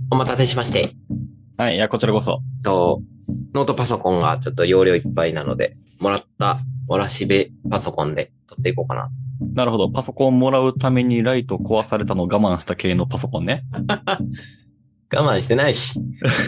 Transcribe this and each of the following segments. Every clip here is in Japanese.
お待たせしまして。 はい、いや、こちらこそ。 と、ノートパソコンがちょっと容量いっぱいなので、もらったわらしべパソコンで撮っていこうかな。 なるほど。パソコンもらうためにライト壊されたのを我慢した系のパソコンね。 我慢してないし。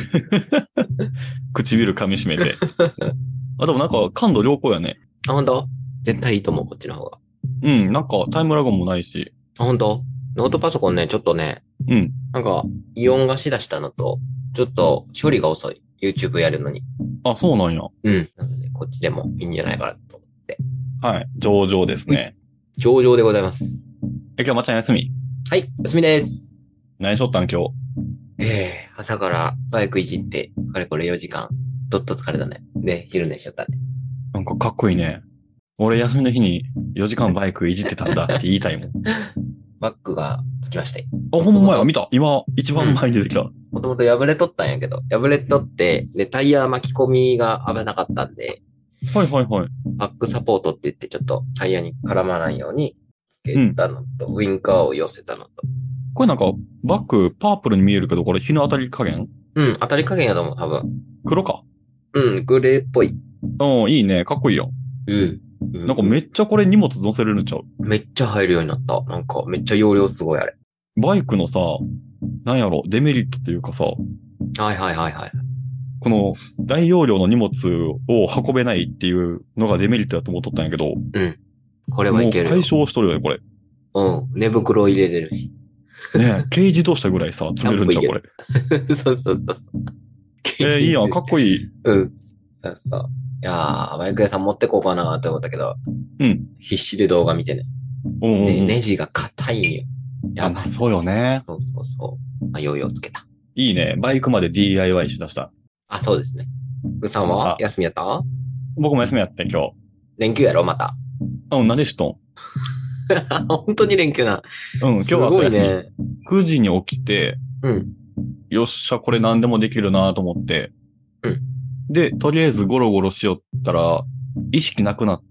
唇噛み締めて。あ、でもなんか感度良好やね。 あ、本当？絶対いいと思う、こっちの方が。 うん、なんかタイムラグもないし。 あ、本当？ノートパソコンね、ちょっとね、 うん。 なんか、イオンがし出したのと、ちょっと処理が遅い。YouTube やるのに。 あ、そうなんや。 うん。なので、こっちでもいいんじゃないかなと思って。 はい。上々ですうい。 ね。 上々でございます。 今日まっちゃん休み？ はい、休みです。 何しょったん今日？ 朝からバイクいじって、かれこれ4時間、どっと疲れたね。で、昼寝しちゃったね。 なんかかっこいいね。俺休みの日に4時間バイクいじってたんだって言いたいもん。 バッグがつきまして。 あ、ほんまや、見た。今、一番前に出てきた。 もともと破れとったんやけど、破れとって、で、タイヤ巻き込みが危なかったんで、 はいはいはい。 バックサポートって言ってちょっとタイヤに絡まないようにつけうん。 たのと、ウィンカーを寄せたのと。 これなんか、バックパープルに見えるけど、これ日の当たり加減？ うん、当たり加減やと思う、多分。 黒か。 うん、グレーっぽい。 うん、いいね。かっこいいよ。 うん。 なんかめっちゃこれ荷物乗せれるんちゃう？ めっちゃ入るようになった。なんか、めっちゃ容量すごいあれ。 バイクのさ、なんやろ、デメリットっていうかさ、 はいはいはいはい。 この大容量の荷物を運べないっていうのがデメリットだと思っとったんやけど、 うん。これはいもう解けるよ。 消しとるよね、これ。 うん。寝袋入れれるし。 ねえ、軽自動車ぐらいさ、 キ積めるんちゃう、 ャンプ行ける。 これ。 そうそうそうそう。 いいやん、かっこいい。 うん。そうそう。いやー、バイク屋さん持ってこうかなって思ったけど、 うん。 必死で動画見てね。 うんうんね、 うん。 ネジが硬いんよ。 あ、 やばい。 まあそうよね。 そうそうそう。まあ、ヨーヨーつけた。 いいね。バイクまで DIY しだした。 あ、そうですね。ぐさんはさ、 休みやった？ 僕も休みやって今日。 連休やろまた。 うん、何でしと本当に連休な。 ん？うん、今日すは朝休み。 ごいね。 9時に起きて、 うん。 よっしゃ、これ何でもできるなと思って、 うん。 で、とりあえずゴロゴロしよったら、意識なくなって、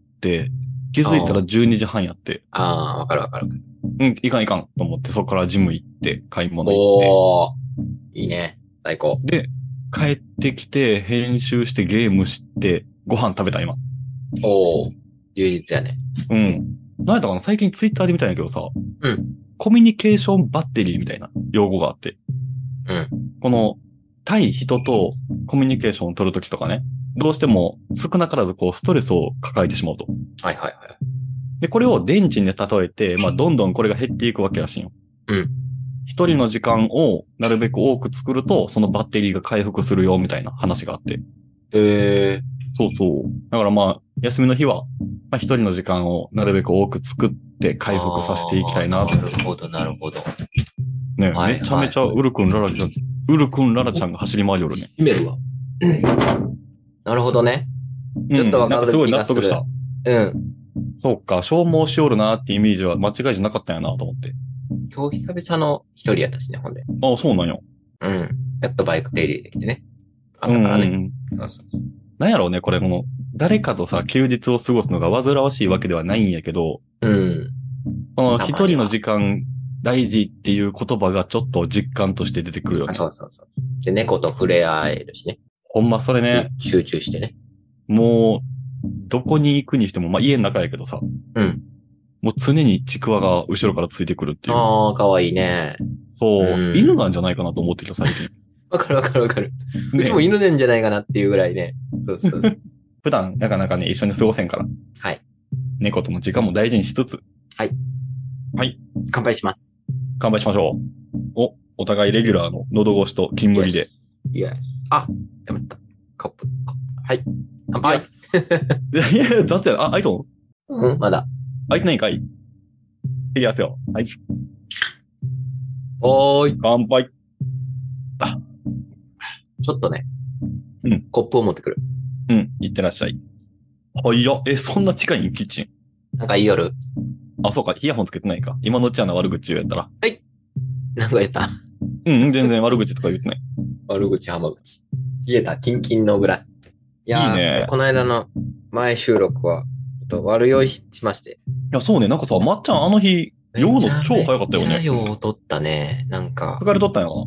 気づいたらあ 12時半やって、 あー、わかるわかる。 うん、いかんいかんと思って、そこからジム行って、買い物行って、 おー。いいね。最高。 で、帰ってきて、編集してゲームして、ご飯食べた今。 おー。充実やね。 うん。なんやったかな、最近ツイッターで見たんやけどさ、 うん。 コミュニケーションバッテリーみたいな用語があって、 うん。 この、対人とコミュニケーションを取るときとかね、どうしても少なからずこうストレスを抱えてしまうと。 はいはいはい。 で、これを電池に例えて、まあ、どんどんこれが減っていくわけらしいよ。 うん。 一人の時間をなるべく多く作ると、そのバッテリーが回復するよ、みたいな話があって。 えそうそう。だからまあ、休みの日は、まあ一人の時間をなるべく多く作って回復させていきたいなと。 なるほどなるほど。 ね、 はいめちゃめちゃはい。 ウルくんララちゃんが走り回りよるね。 閉めるわ。うん。なるほどね。ちょっとうん、なんかすごいわかる気納得した。 がする。うん。 そうか、消耗しよるなってイメージは間違いじゃなかったんやなと思って。 今日久々の一人やったしね、ほんで。 ああ、そうなんよ。 うん。やっとバイク手入れできてね。 うんうんう朝からね。 ん。 そうそうそう。 なんやろうね、これ、誰かとさ、休日を過ごすのが煩わしいわけではないんやけど、 うん。 この一人のたまには。 時間大事っていう言葉がちょっと実感として出てくるよあ、 ね。 そうそうそう。で、猫と触れ合えるしね。 ほんまそれね、 集中してね。 もう、どこに行くにしても、まあ、家の中やけどさ、 うん。 もう常にちくわが後ろからついてくるっていう。 ああ、かわいいね。うそう、犬なん。 んじゃないかなと思ってきた、最近。 わかるわかるわかる。うちもね。 犬なんじゃないかなっていうぐらいね。そうそうそう。 普段、なかなかね、一緒に過ごせんから。 はい。 猫との時間も大事にしつつ。 はい。 はい。 乾杯します。 乾杯しましょう。お互いレギュラーの喉越しと金麦で。 イエス。あ、やめた。コップ。はい。乾杯。 いや、いや、雑やな。あ、開いとん？ うん、まだ。 開いてないんかい？いきますよ。はい。 おーい。 乾杯。あ、 ちょっとね。 うん。 コップを持ってくる。 うん。いってらっしゃい。いや、そんな近いんキッチン？ なんかいい夜。 あ、そうか。イヤホンつけてないか。今のうちはな悪口言うやったら。 なんか言った。 うん、全然悪口とか言ってない。 悪口、浜口。冷えた、キンキンのグラス。いやー、 いいね。 この間の前収録は、ちょっと悪酔いしまして。 いや、そうね。なんかさ、まっちゃんあの日、酔うの超早かったよめっちゃね。 よう取ったね。なんか、 疲れとったんやな。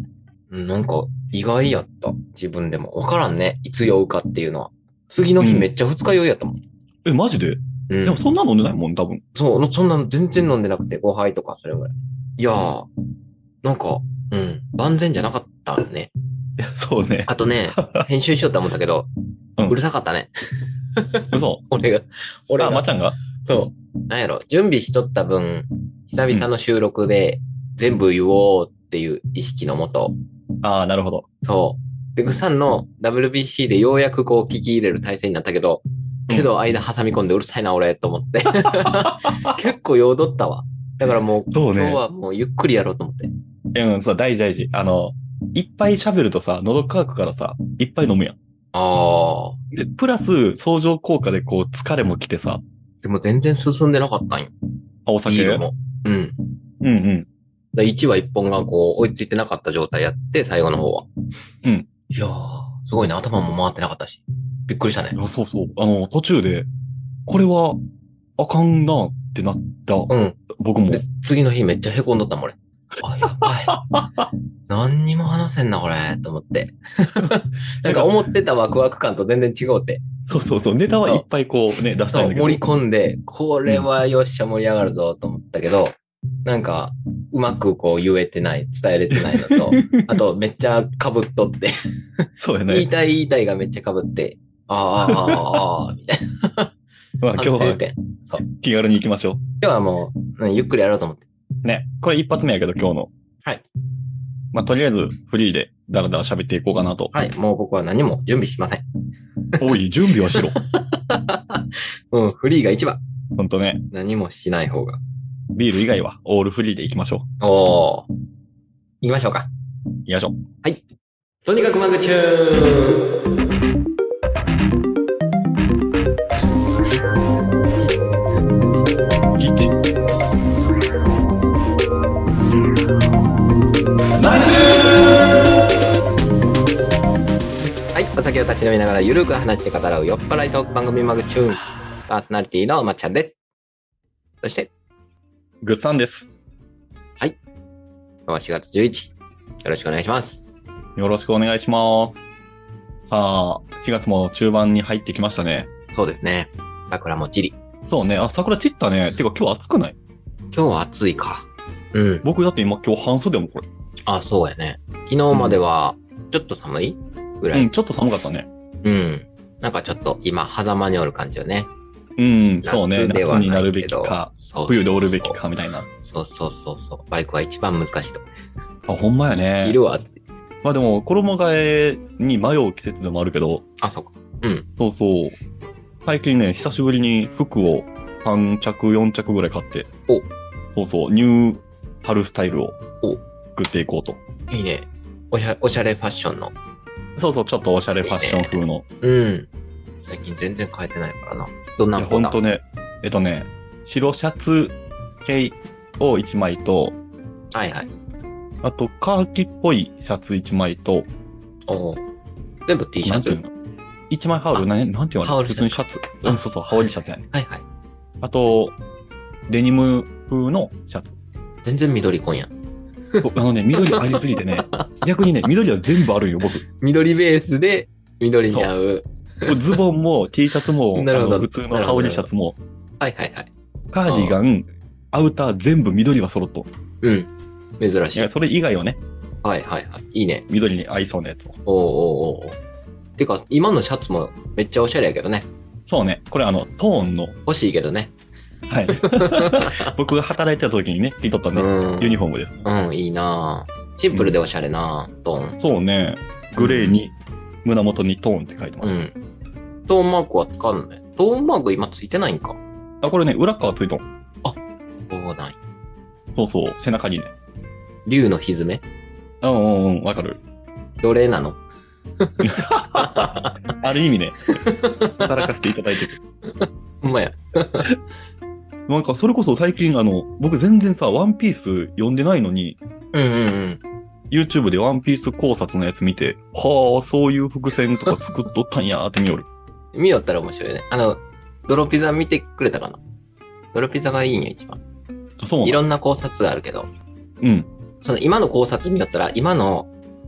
なんか意外やった。自分でも。わからんね。いつ酔うかっていうのは。次の日めっちゃ二日酔いやったもん。 え、マジで？ うん。 でもそんな飲んでないもん、多分。 そう、そんなの全然飲んでなくて、5杯とかそれぐらい。いやー、なんか、万全じゃなかったね。 いや、そうね。 あとね、編集しようと思ったけど、 うんうるさかったね。 嘘。 俺あ、まがっちゃんが？ そう。なんやろ、準備しとった分、久々の収録で全部言おうっていう意識のもと、 ああ、なるほど。 そう。で、グサンの WBC でようやくこう聞き入れる体制になったけど、間挟み込んでうるさいな俺と思って。結構よどったわ。だからもう、 そうね。 今日はもうゆっくりやろうと思って。 うん、そう、大事大事。いっぱい喋るとさ、喉乾くからさ、いっぱい飲むやん。 ああ。 で、プラス、相乗効果でこう、疲れも来てさ、 でも全然進んでなかったんよ。 あ、お酒？ ビールも。うん。 うんうん。 で1話1本がこう追いついてなかった状態やって、最後の方は。 うん。 いやー、すごいね。頭も回ってなかったし。びっくりしたね。 いや、そうそう。途中で、これは、あかんなってなった。 うん。 僕も。 で、次の日めっちゃ凹んどったもん、俺。あ、やばい。何にも話せんな、これ、と思って。なんか思ってたワクワク感と全然違うて。 そうそうそう。ネタはいっぱいこうね、出したいんだけど。 盛り込んで、これはよっしゃ盛り上がるぞ、と思ったけど、なんか、うまくこう言えてない、伝えれてないのと、あとめっちゃ被っとって、 そうやね。 言いたいがめっちゃ被って、みたいな。 まあ今日は気軽に行きましょう。 今日はもう、ゆっくりやろうと思って。 ね。これ一発目やけど今日の。 はい。 まあとりあえずフリーでだらだら喋っていこうかなと。 はい。もう僕は何も準備しません。 おい、準備はしろ。 フリーが一番。 ほんとね。 何もしない方が。 ビール以外はオールフリーで行きましょう。行きましょうか。 行きましょう。 はい。とにかくマグチューン。はい。お酒を立ち飲みながらゆるく話して語らう酔っ払いトーク番組マグチューン。パーソナリティのまっちゃんです。そして、 グッサンです。 はい。今日は4月11日。よろしくお願いします。 よろしくお願いします。さあ、4月も中盤に入ってきましたね。 そうですね。桜も散り。 そうね。あ、桜散ったね。てか今日暑くない？ 今日は暑いか。うん。 僕だって今半袖もこれ。 あ、そうやね。昨日までは、ちょっと寒いぐらい。 ちょっと寒かったね。 なんかちょっと今、狭間におる感じよね。 そうね。夏になるべきか、冬でおるべきかみたいな。 そう。バイクは一番難しいと。 あ、ほんまやね。 昼は暑い。 まあでも、衣替えに迷う季節でもあるけど。 あ、そうか。 そうそう。最近ね、久しぶりに服を3着、4着ぐらい買って。そう。ニュー春スタイルを作っていこうと。 いいね。おしゃれファッションの。 そう、ちょっとおしゃれファッション風の。 最近全然変えてないからな。どんなの？ほんとね。白シャツ系を1枚と、 はいはい。 あと、カーキっぽいシャツ1枚と、 全部 T シャツ？ 1枚羽織る、なんていうの？普通にシャツ。そう、羽織シャツやね。 はいはい。 あと、デニム風のシャツ。 全然緑紺やん。 緑ありすぎてね。逆にね、緑は全部あるんよ、僕。 緑ベースで、緑に合う。 ズボンも T シャツも、普通の羽織シャツも。 はい。 カーディガン、アウター全部緑は揃っと。 珍しい。 それ以外はね。 はい。いいね。 緑に合いそうなやつを。 てか、今のシャツもめっちゃおしゃれやけどね。 そうね。これトーンの。 欲しいけどね。 はい。僕が働いてた時にね、着とったね、ユニフォームです。 いいなぁ。シンプルでおしゃれなトーン。 そうね。グレーに、胸元にトーンって書いてます。 トーンマークは使うのね。トーンマーク今ついてないんか。 あ、これね、裏側ついとん。 あ、そうない。 そう、背中にね。 竜のひずめ？ わかる。 どれなの？ ある意味ね、働かせていただいてる。 ほんまや。 なんかそれこそ最近僕全然さ、ワンピース読んでないのに、YouTube でワンピース考察のやつ見て、はあ、そういう伏線とか作っとったんやーって見よる。 見よったら面白いね。ドロピザ見てくれたかな？ドロピザがいいんや、一番。 そうなの？ いろんな考察があるけど。 うん。 その今の考察見よったら、今の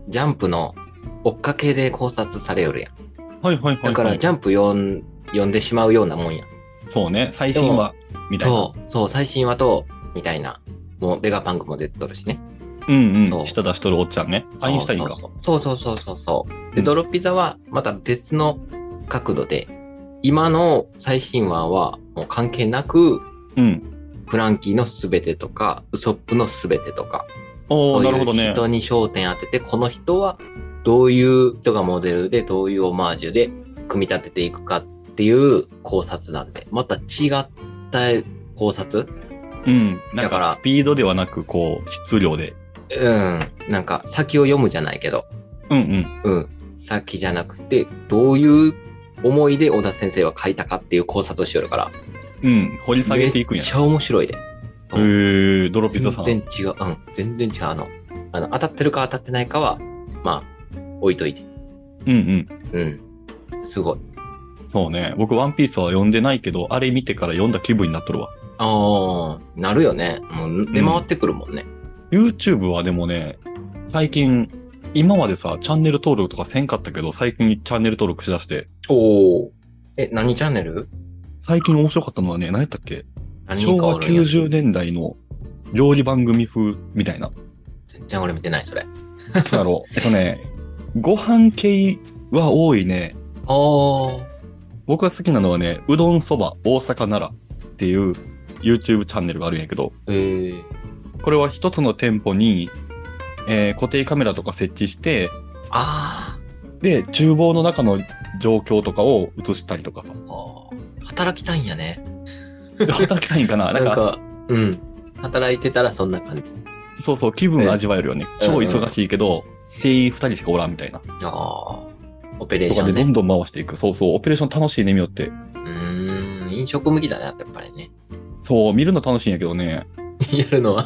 ジャンプの追っかけで考察されよるやん。 はいはいはい、はい。 だからジャンプ読んでしまうようなもんやん。 そうね。最新話、みたいな。 そう、最新話と、みたいな。もう、ベガパンクも出てとるしね。 うんうん。下出しとるおっちゃんね。アインシュタインか。 そう。で、ドロピザは、また別の角度で、今の最新話は、もう関係なく、 うん。 フランキーのすべてとか、ウソップのすべてとか、 なるほどね。 人に焦点当てて、この人は、どういう人がモデルで、どういうオマージュで、組み立てていくかっていう考察なんで、また違った考察。 うん。なんかスピードではなく、こう、質量で。 うん。なんか先を読むじゃないけど。 うんうん。 うん。先じゃなくて、どういう思いで小田先生は書いたかっていう考察をしよるから。 うん。掘り下げていくんや。 めっちゃ面白いで。 ドロピザさん。 全然違う。うん。全然違う。当たってるか当たってないかは、まあ、置いといて。 うんうん。 うん。すごい。 そうね。僕、ワンピースは読んでないけど、あれ見てから読んだ気分になっとるわ。 ああ、なるよね。もう出回ってくるもんね。 YouTube はでもね、最近、今までさ、チャンネル登録とかせんかったけど、最近チャンネル登録しだして。 おー。何チャンネル？ 最近面白かったのはね、何やったっけ？昭和何 90年代の料理番組風みたいな。 全然俺見てない、それ。 そうやろ。ご飯系は多いね。僕が好きなのはね、うどんそば大阪奈良っていう YouTube チャンネルがあるんやけど、これは一つの店舗に、固定カメラとか設置して、で、厨房の中の状況とかを映したりとかさ。 働きたいんやね。 働きたいんかななんか、うん。働いてたらそんな感じ。 そうそう、気分味わえるよね。超忙しいけど、店員2人しかおらんみたいな。 オペレーション、ね。 とかでどんどん回していく。そうそう、オペレーション楽しいね、見よって。 飲食向きだね、やっぱりね。 そう、見るの楽しいんやけどね。 やるのは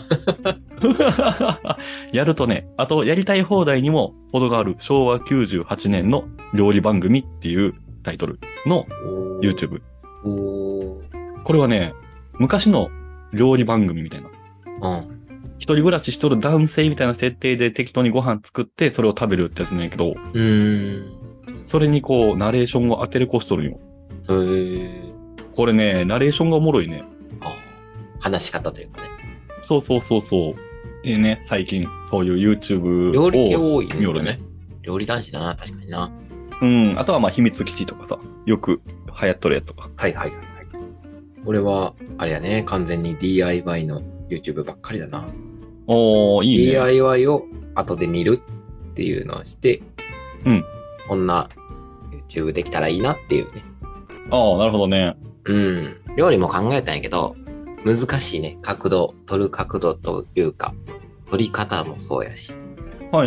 やるとね、あと、やりたい放題にも程がある昭和98年の料理番組っていうタイトルの YouTube。これはね、昔の料理番組みたいな。一人暮らししとる男性みたいな設定で適当にご飯作ってそれを食べるってやつなんやけど、それにこう、ナレーションを当てれこしとるんよ。これね、ナレーションがおもろいね。 話し方というかね。 そう。ね、最近、そういう YouTube を料理系多い見よるね。 料理男子だな、確かにな。 あとはまあ、秘密基地とかさ、よく流行っとるやつとか。 はい。俺は、あれやね、完全に DIY の YouTube ばっかりだな。 いいね。 DIY を後で見るっていうのをして、こんな YouTube できたらいいなっていうね。 なるほどね。 料理も考えたんやけど、難しいね。取る角度というか、取り方もそうやし。 はい。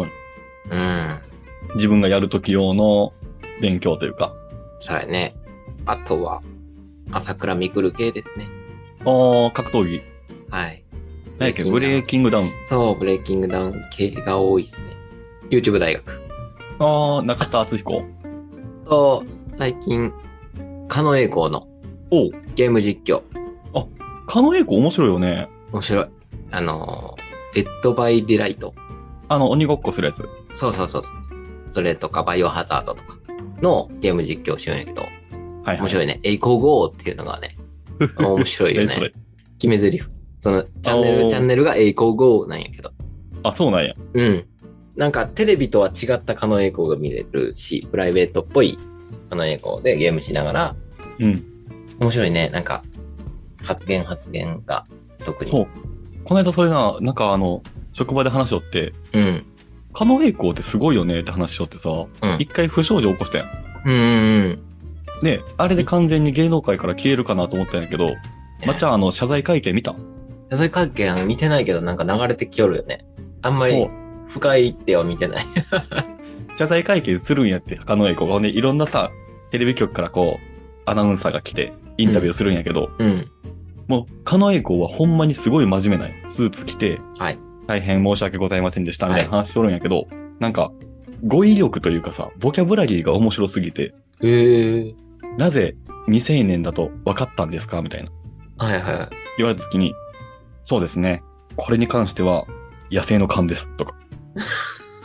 自分がやるとき用の勉強というか。 そうやね。あとは、朝倉未来系ですね。 格闘技。 はい。 何やっけ、ブレイキングダウン。 そう、ブレイキングダウン系が多いですね。YouTube 大学。 中田敦彦。 と、最近、狩野英孝のゲーム実況。 狩野英孝面白いよね。 面白い。デッドバイデライト。 鬼ごっこするやつ。 そう。それとか、バイオハザードとかのゲーム実況しようんやけど。面白いね。エイコーゴーっていうのがね、面白いよね。 それ決め台詞。その、チャンネルがエイコーゴーなんやけど。 そうなんや。 なんか、テレビとは違った狩野英孝が見れるし、プライベートっぽい狩野英孝でゲームしながら、面白いね。なんか、発言が特に。 そう。この間それなんか職場で話しよって、狩野英孝ってすごいよねって話しよってさ、一回不祥事起こしたやん。で、あれで完全に芸能界から消えるかなと思ったんやけど、まっちゃん謝罪会見見た？ 謝罪会見見てないけどなんか流れてきよるよね。あんまり深いっては見てない。 謝罪会見するんやって、狩野英孝がね、いろんなさ、テレビ局からこう、アナウンサーが来て、インタビューするんやけど、もう、狩野英孝はほんまにすごい真面目なスーツ着て、大変申し訳ございませんでした、みたいな話しとるんやけど、なんか、語彙力というかさ、ボキャブラリーが面白すぎて、なぜ未成年だと分かったんですかみたいな。言われた時に、そうですね、これに関しては、野生の勘です、とか。っ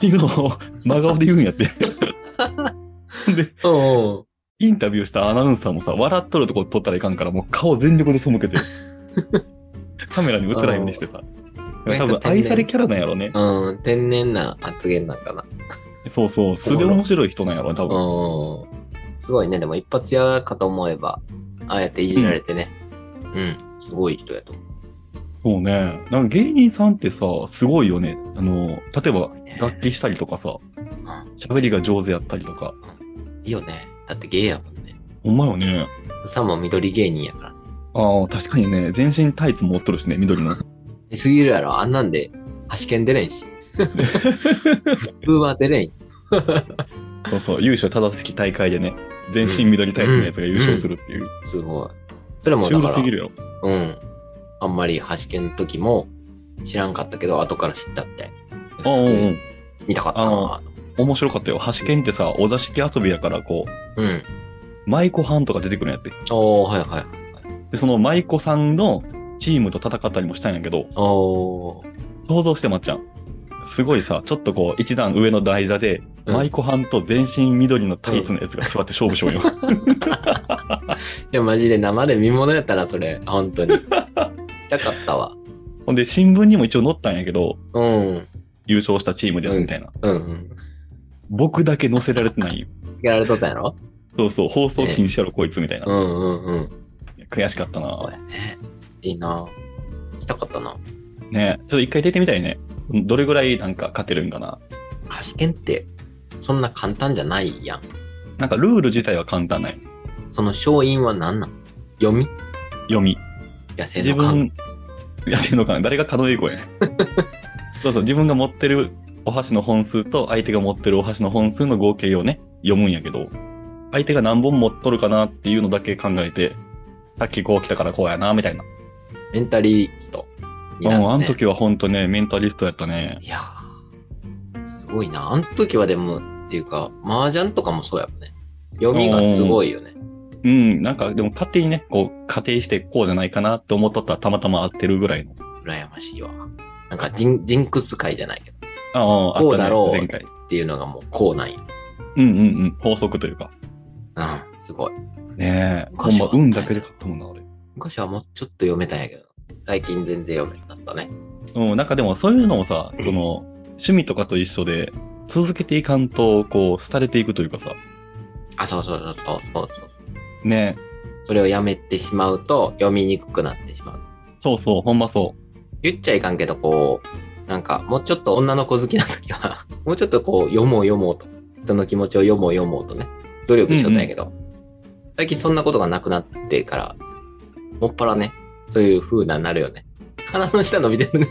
いうのを真顔で言うんやって。で、インタビューしたアナウンサーもさ、笑っとるとこ撮ったらいかんから、もう顔全力で背けて、カメラに映らんようにしてさ。多分愛されキャラなんやろね。 うん、天然な発言なんかな。 そうそう、素で面白い人なんやろね、多分。 すごいね、でも一発屋かと思えば、ああやっていじられてね。うん、すごい人やと思う。 そうね。なんか芸人さんってさ、すごいよね。例えば楽器したりとかさ、喋りが上手やったりとか。 いいよね。だって芸やもんね。 ほんまよね。 さも緑芸人やからね。 ああ、確かにね、全身タイツ持っとるしね、緑の。 すぎるやろ。あんなんで、橋剣出れんし。普通は出れん。 そうそう、優勝正しき大会でね、全身緑タイツのやつが優勝するっていう。 すごい。それもだから。 シュールすぎるよ。 うん。あんまり橋剣の時も知らんかったけど、後から知ったみたいな。見たかったな。 面白かったよ。橋剣ってさ、お座敷遊びやからこう、舞妓班とか出てくるんやって。 はいはい。 で、その舞妓さんのチームと戦ったりもしたんやけど、想像してまっちゃん。すごいさ、ちょっとこう、一段上の台座で、舞妓班と全身緑のタイツのやつが座って勝負しようよ。 いや、マジで生で見物やったら、それ、本当に。痛かったわ。 ほんで、新聞にも一応載ったんやけど、優勝したチームですみたいな。僕だけ載せられてないよ。 やられとったんやろ？ そうそう、放送禁止やろ、こいつみたいな。悔しかったな。 そうやね。いいな。したかったな。 ねちょっと一回出てみたいね。どれぐらいなんか勝てるんかな。 橋剣って、そんな簡単じゃないやん。 なんかルール自体は簡単ない。 その勝因は何なん？読み。野生の勘。 野生の勘。誰が狩野英孝やねそうそう、自分が持ってるお箸の本数と相手が持ってるお箸の本数の合計をね、読むんやけど、相手が何本持っとるかなっていうのだけ考えて、さっきこう来たからこうやな、みたいな。 メンタリスト。 あの時はほんとね、メンタリストやったね。 いやー、すごいな。あの時はでも、っていうか、麻雀とかもそうやもんね。読みがすごいよね。 なんかでも勝手にね、こう、仮定してこうじゃないかなって思っとったらたまたま合ってるぐらいの。 羨ましいわ。なんかジンクス回じゃないけど。 こうだろうっていうのがもうこうなんや。 法則というか。 すごい。 ねえ。ほんま運だけで勝ったもんな、俺。 昔はもうちょっと読めたんやけど、最近全然読めなかったね。 なんかでもそういうのもさ、その、趣味とかと一緒で、続けていかんと、こう、廃れていくというかさ。 そう。 ねそれをやめてしまうと、読みにくくなってしまう。 そう、ほんまそう。 言っちゃいかんけど、こう、なんか、もうちょっと女の子好きな時は、もうちょっとこう、読もうと。人の気持ちを読もうとね。努力しとったんやけど、最近そんなことがなくなってから、もっぱらね、そういう風なるよね。鼻の下伸びてるね。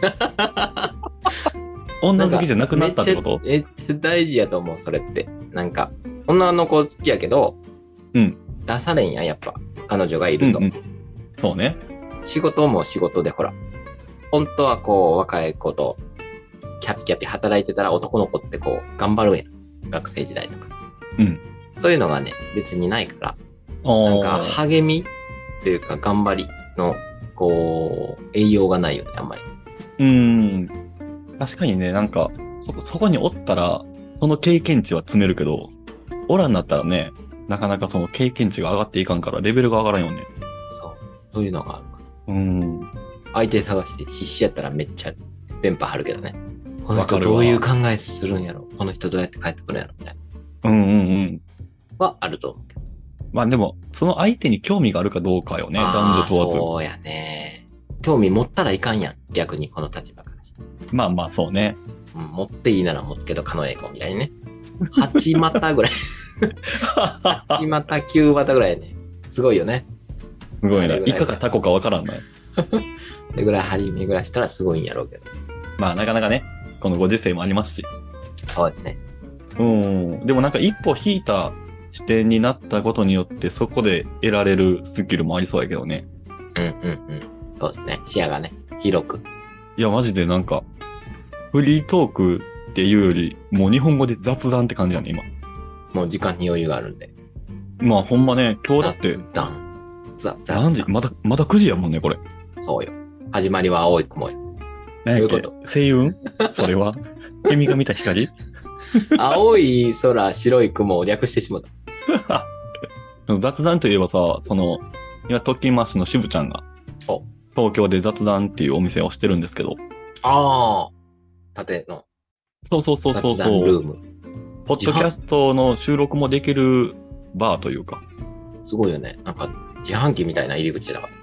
女好きじゃなくなったってこと？ めっちゃ大事やと思う、それって。なんか、女の子好きやけど、出されんや、やっぱ。彼女がいると。 そうね。 仕事も仕事で、ほら。本当はこう、若い子と、キャピキャピ働いてたら男の子ってこう、頑張るんや。学生時代とか。そういうのがね、別にないから。なんか、励みというか、頑張りの、こう、栄養がないよね、あんまり。 確かにね、なんか、そこにおったら、その経験値は積めるけど、オラになったらね、なかなかその経験値が上がっていかんから、レベルが上がらんよね。 そういうのがあるから。相手探して必死やったらめっちゃ電波張るけどね。この人どういう考えするんやろ、この人どうやって帰ってくるんやろみたいな。はあると思うけど。 まあでも、その相手に興味があるかどうかよね、男女問わず。 そうやね。興味持ったらいかんやん、逆にこの立場からして。 まあそうね。 持っていいなら持つけど、狩野英孝みたいにね。8股ぐらい。8股、9股ぐらいね。すごいよね。 すごいな。イカかタコかわからんない。 それぐらい張り巡らしたらすごいんやろうけど。 まあなかなかね、このご時世もありますし。 そうですね。 でもなんか一歩引いた視点になったことによってそこで得られるスキルもありそうやけどね。 そうですね。視野がね、広く。 いやマジでなんか、フリートークっていうより、もう日本語で雑談って感じやね、今。 もう時間に余裕があるんで。 まあほんまね、今日だって。 雑談。 何時まだ9時やもんね、これ。 そうよ。始まりは青い雲よ。 何やっけ？星雲それは君が見た光青い空、白い雲を略してしまった。 雑談といえばさ、今、トッキンマッシュの渋ちゃんが、東京で雑談っていうお店をしてるんですけど。 ああ。縦の。 そう。雑談ルーム。ポッドキャストの収録もできるバーというか。 すごいよね。なんか、自販機みたいな入り口だから。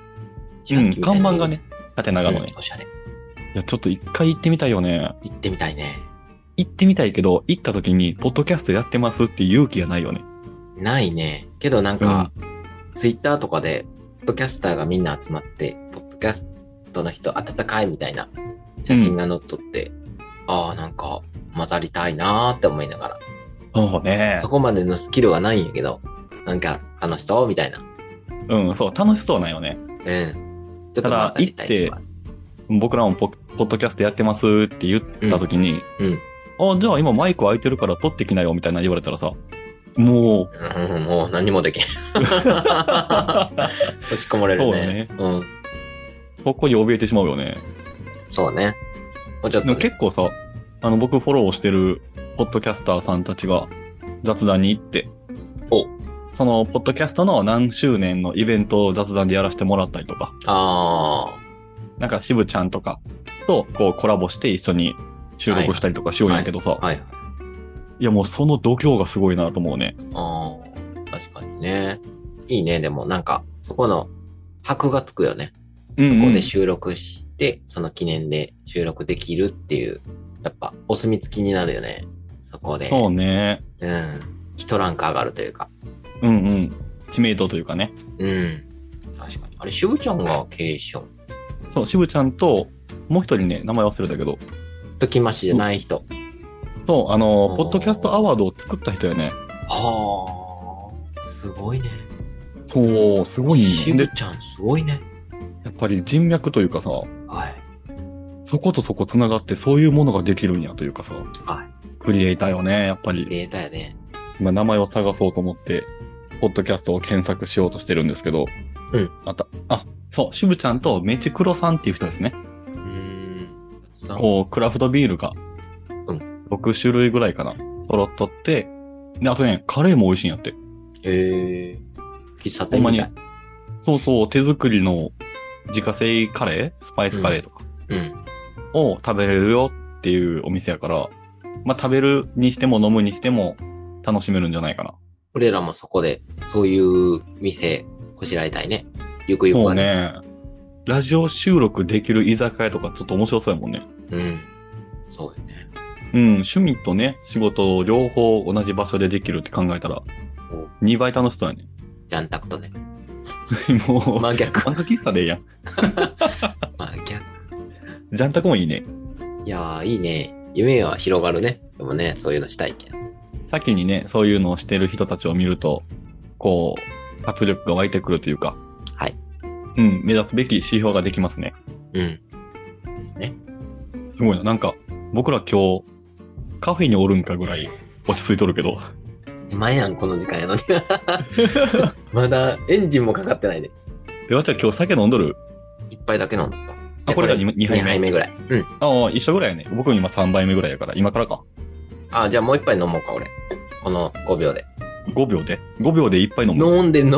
看板がね、縦長のね。 おしゃれ。いや、ちょっと一回行ってみたいよね。 行ってみたいね。 行ってみたいけど、行った時に、ポッドキャストやってますって勇気がないよね。 ないね。けどなんか、ツイッターとかで、ポッドキャスターがみんな集まって、ポッドキャストの人温かいみたいな写真が載っとって、ああ、なんか、混ざりたいなーって思いながら。 そうね。 そこまでのスキルはないんやけど、なんか、楽しそうみたいな。 そう、楽しそうなんよね。 ちょっと混ざりたい。 行って、僕らもポッドキャストやってますって言った時に、じゃあ今マイク空いてるから撮ってきなよみたいな言われたらさ、もう何もできん。押し込まれるね。 そうだね。そこに怯えてしまうよね。 そうね。もうちょっと、 でも結構さ、僕フォローしてるポッドキャスターさんたちが雑談に行って、そのポッドキャストの何周年のイベントを雑談でやらせてもらったりとか。なんか渋ちゃんとかとこうコラボして一緒に収録したりとかしようんやけどさ。いやもうその度胸がすごいなと思うね。 確かにね。いいね。でもなんか、そこの箔がつくよね。そこで収録して、その記念で収録できるっていう、やっぱお墨付きになるよね。そこで。 そうね。 一ランク上がるというか。 知名度というかね。 確かに。あれ、渋ちゃんが経営者。 そう、渋ちゃんと、もう一人ね、名前忘れたけど。 ときましじゃない人。 そう、ポッドキャストアワードを作った人よね。 すごいね。 そう、すごいね。 渋ちゃんすごいね。 やっぱり人脈というかさ、そことそこ繋がってそういうものができるんやというかさ、クリエイターよね、やっぱり。 クリエイターやね。 今名前を探そうと思って、ポッドキャストを検索しようとしてるんですけど、そう、渋ちゃんとメチクロさんっていう人ですね。こう、クラフトビールが、6種類ぐらいかな、揃っとって、で、あとね、カレーも美味しいんやって。 喫茶店みたい。 そう、手作りの自家製カレースパイスカレーとか。を食べれるよっていうお店やから、まあ、食べるにしても飲むにしても楽しめるんじゃないかな。 俺らもそこで、そういう店、こしらえたいね。ゆくゆくはね。 そうね。ラジオ収録できる居酒屋とかちょっと面白そうやもんね。 そうよね。 趣味とね、仕事を両方同じ場所でできるって考えたら、2倍楽しそうやね。 ジャンタクとね。 もう、 真逆。 漫画喫茶でいいやん。 真逆。 ジャンタクもいいね。 いやー、いいね。夢は広がるね。でもね、そういうのしたいけん。 先にね、そういうのをしてる人たちを見ると、こう、活力が湧いてくるというか。目指すべき指標ができますね。 ですね。 すごいな。なんか、僕ら今日、カフェにおるんかぐらい落ち着いとるけど。 前やん、この時間やのに。まだエンジンもかかってないで。 わっちゃん今日酒飲んどる？ 一杯だけ飲んだ。 これが2杯目。 2杯目ぐらい。 一緒ぐらいやね。僕今3杯目ぐらいやから、今からか。 じゃあもう一杯飲もうか、俺。この5秒で。 5秒で ?5 秒で1杯飲む。 飲んで。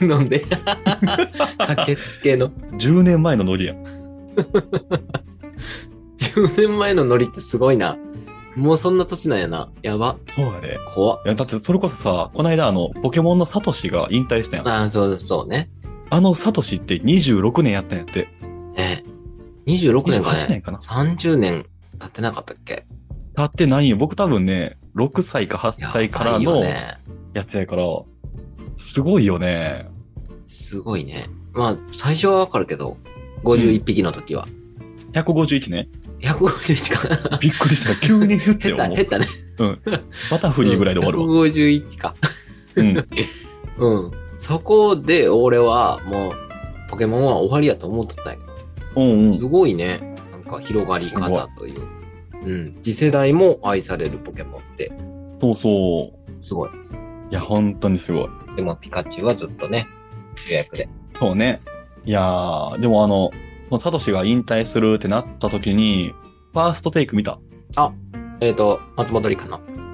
駆けつけの。 10年前のノリやん。 10年前のノリってすごいな。もうそんな年なんやな。やば。 そうやで。 怖っ。 いや、だってそれこそさ、この間ポケモンのサトシが引退したやん。 そうね。 サトシって26年やったんやって。 26年かね。 28年かな。 30年経ってなかったっけ？ 経ってないよ。僕多分ね、6歳か8歳からのやつやから、すごいよね。 すごいね。まあ、最初はわかるけど、51匹の時は。 151ね。 151か。 びっくりした。急に減ったよ。 減ったね。 バタフリーぐらいで終わるわ。 151か。そこで俺はもう、ポケモンは終わりやと思っとったんや。すごいね。なんか広がり方という。次世代も愛されるポケモンって。 そう。 すごい。 いや、本当にすごい。 でもピカチュウはずっとね、主役で。 そうね。いやー、でもサトシが引退するってなった時に、ファーストテイク見た？ 松本里香の。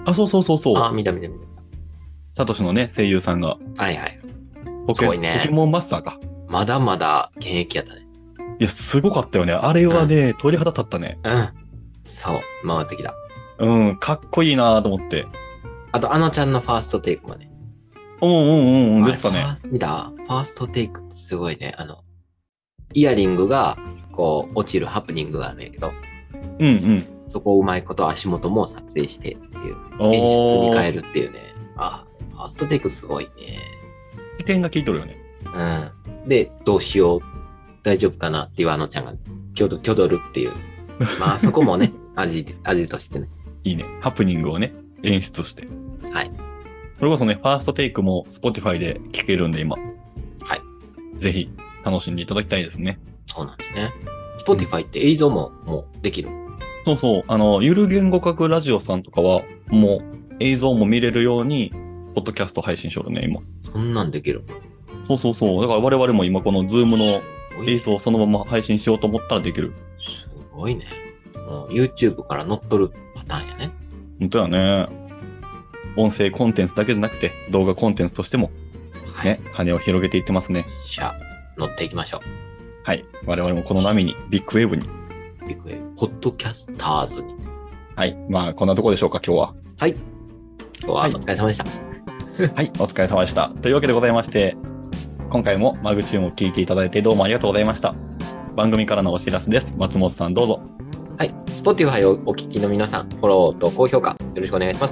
あ、そうそうそうそう。 あ、見た。 サトシのね、声優さんが。 はいはい。 すごいね。ポケモンマスターか。 まだまだ現役やったね。 いや、すごかったよね。あれはね、鳥肌立ったね。 うん。そう、回ってきた。 うん、かっこいいなと思って。 あと、あのちゃんのファーストテイクもね。 出てたね。 見た？ファーストテイクってすごいね。イヤリングが、こう、落ちるハプニングがあるんやけど。そこをうまいこと足元も撮影してっていう。演出に変えるっていうね。ファーストテイクすごいね。 視点が効いとるよね。 うん。で、どうしよう。大丈夫かなっていうあのちゃんが、きょどるっていう。まあそこもね、味としてね。 いいね。ハプニングをね、演出して。 はい。 それこそね、ファーストテイクも Spotify で聴けるんで今。 はい。 ぜひ楽しんでいただきたいですね。 そうなんですね。Spotify って映像ももうできる。 そうそう。ゆる言語学ラジオさんとかは、もう映像も見れるように、ポッドキャスト配信しよるね、今。 そんなんできる。 そうそうそう。だから我々も今この Zoom の映像をそのまま配信しようと思ったらできる。 すごいね。もう YouTube から乗っ取るパターンやね。 本当やね。音声コンテンツだけじゃなくて、動画コンテンツとしても、ね、羽を広げていってますね。 乗っていきましょう。 はい。我々もこの波に、ビッグウェーブに。 ビッグウェーブ。ポッドキャスターズに。 はい。まあ、こんなとこでしょうか、今日は。 はい。今日はお疲れ様でした。 はい、お疲れ様でした。というわけでございまして、今回もマグチューンを聞いていただいてどうもありがとうございました。番組からのお知らせです。松本さんどうぞ。 はい。Spotify をお聞きの皆さん、フォローと高評価よろしくお願いします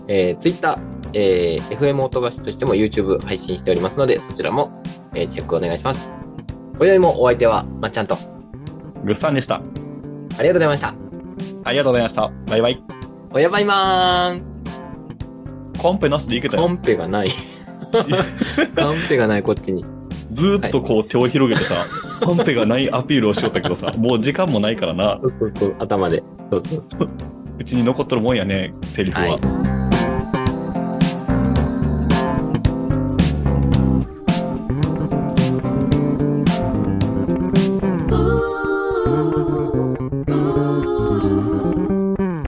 。Twitter、FM 音菓子としても YouTube 配信しておりますので、そちらも、チェックお願いします。今宵もお相手はまっちゃんとグッサンでした。ありがとうございました。 ありがとうございました。バイバイ。 おやばいまーん。 コンペなしでいけたよ。 コンペがない。カンペがないこっちに。 ずーっとこう手を広げてさ、カンペがないアピールをしよったけどさ、もう時間もないからな。 そう、頭で。そう。 うちに残っとるもんやね、セリフは。はい。